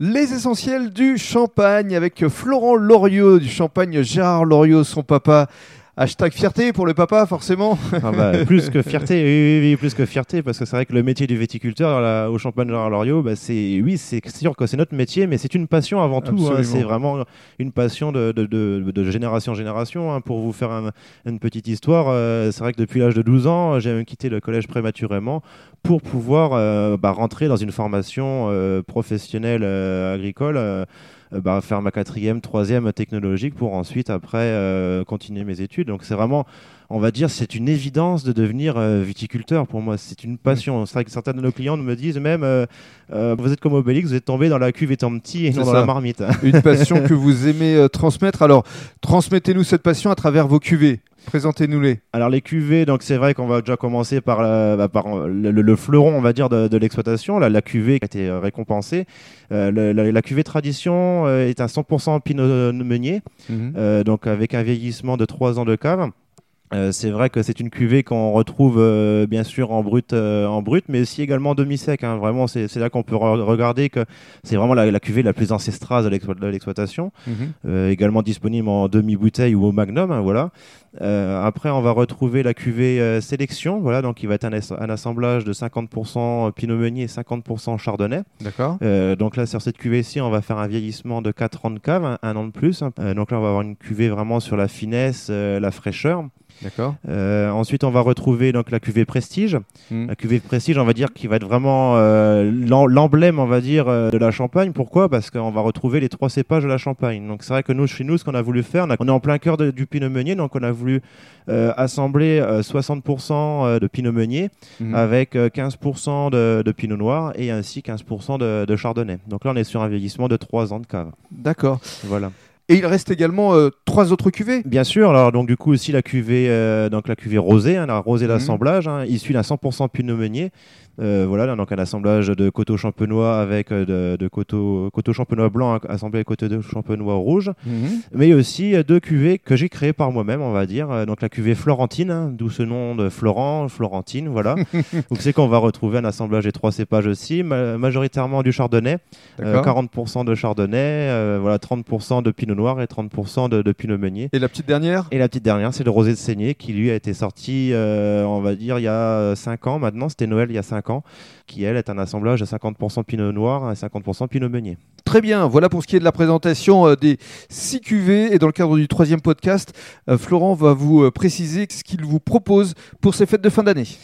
Les essentiels du champagne avec Florent Loriot du champagne Gérard Loriot, son papa. Hashtag fierté pour le papa, forcément. Ah bah, plus que fierté, oui, plus que fierté, parce que c'est vrai que le métier du viticulteur là, au champagne Gérard Loriot, bah, c'est sûr que c'est notre métier, mais c'est une passion avant tout. Hein, c'est vraiment une passion de génération en génération. Hein. Pour vous faire une petite histoire, c'est vrai que depuis l'âge de 12 ans, j'ai même quitté le collège prématurément pour pouvoir rentrer dans une formation professionnelle agricole. Faire ma 4e, 3e technologique pour ensuite après continuer mes études. Donc c'est vraiment, on va dire, c'est une évidence de devenir viticulteur pour moi. C'est une passion. C'est vrai que certains de nos clients me disent même vous êtes comme Obélix, vous êtes tombé dans la cuve étant petit et non dans la marmite. Une passion que vous aimez transmettre. Alors transmettez-nous cette passion à travers vos cuvées. Présentez-nous-les. Alors les cuvées, donc c'est vrai qu'on va déjà commencer par le fleuron, on va dire, de l'exploitation, la cuvée qui a été récompensée. La cuvée tradition est un 100% Pinot Meunier, donc avec un vieillissement de 3 ans de cave. C'est vrai que c'est une cuvée qu'on retrouve bien sûr en brut, mais aussi également en demi-sec. Hein. Vraiment, c'est là qu'on peut regarder que c'est vraiment la cuvée la plus ancestrale de l'exploitation. Également disponible en demi-bouteille ou au magnum. Hein, voilà. Après, on va retrouver la cuvée sélection. Voilà, donc il va être un assemblage de 50% Pinot Meunier et 50% Chardonnay. D'accord. Donc là, sur cette cuvée-ci, on va faire un vieillissement de 4 ans de cave, un an de plus. Donc là, on va avoir une cuvée vraiment sur la finesse, la fraîcheur. D'accord. Ensuite, on va retrouver donc la cuvée Prestige. La cuvée Prestige, on va dire, qui va être vraiment l'emblème, on va dire, de la Champagne. Pourquoi ? Parce qu'on va retrouver les 3 cépages de la Champagne. Donc, c'est vrai que chez nous, ce qu'on a voulu faire, on est en plein cœur du Pinot Meunier, donc on a voulu assembler 60% de Pinot Meunier avec 15% de Pinot Noir et ainsi 15% de Chardonnay. Donc là, on est sur un vieillissement de 3 ans de cave. D'accord. Voilà. Et il reste également 3 autres cuvées. Bien sûr, alors donc du coup aussi la cuvée rosée, hein, la rosée d'assemblage, issue d'un 100% Pinot Meunier. Voilà, donc un assemblage de coteaux champenois avec de coteaux champenois blancs assemblés avec coteaux champenois rouges, mais aussi 2 cuvées que j'ai créées par moi-même, on va dire. Donc la cuvée Florentine, hein, d'où ce nom de Florentine, voilà. Donc c'est qu'on va retrouver un assemblage des 3 cépages aussi, majoritairement du Chardonnay, 40% de Chardonnay, voilà, 30% de Pinot Noir et 30% de Pinot Meunier. Et la petite dernière ? Et la petite dernière, c'est le rosé de Saignée qui lui a été sorti, on va dire, il y a 5 ans maintenant, c'était Noël il y a 5 ans, qui elle est un assemblage de 50% Pinot Noir et 50% Pinot Meunier. Très bien, voilà pour ce qui est de la présentation des 6 cuvées. Et dans le cadre du 3e podcast, Florent va vous préciser ce qu'il vous propose pour ces fêtes de fin d'année.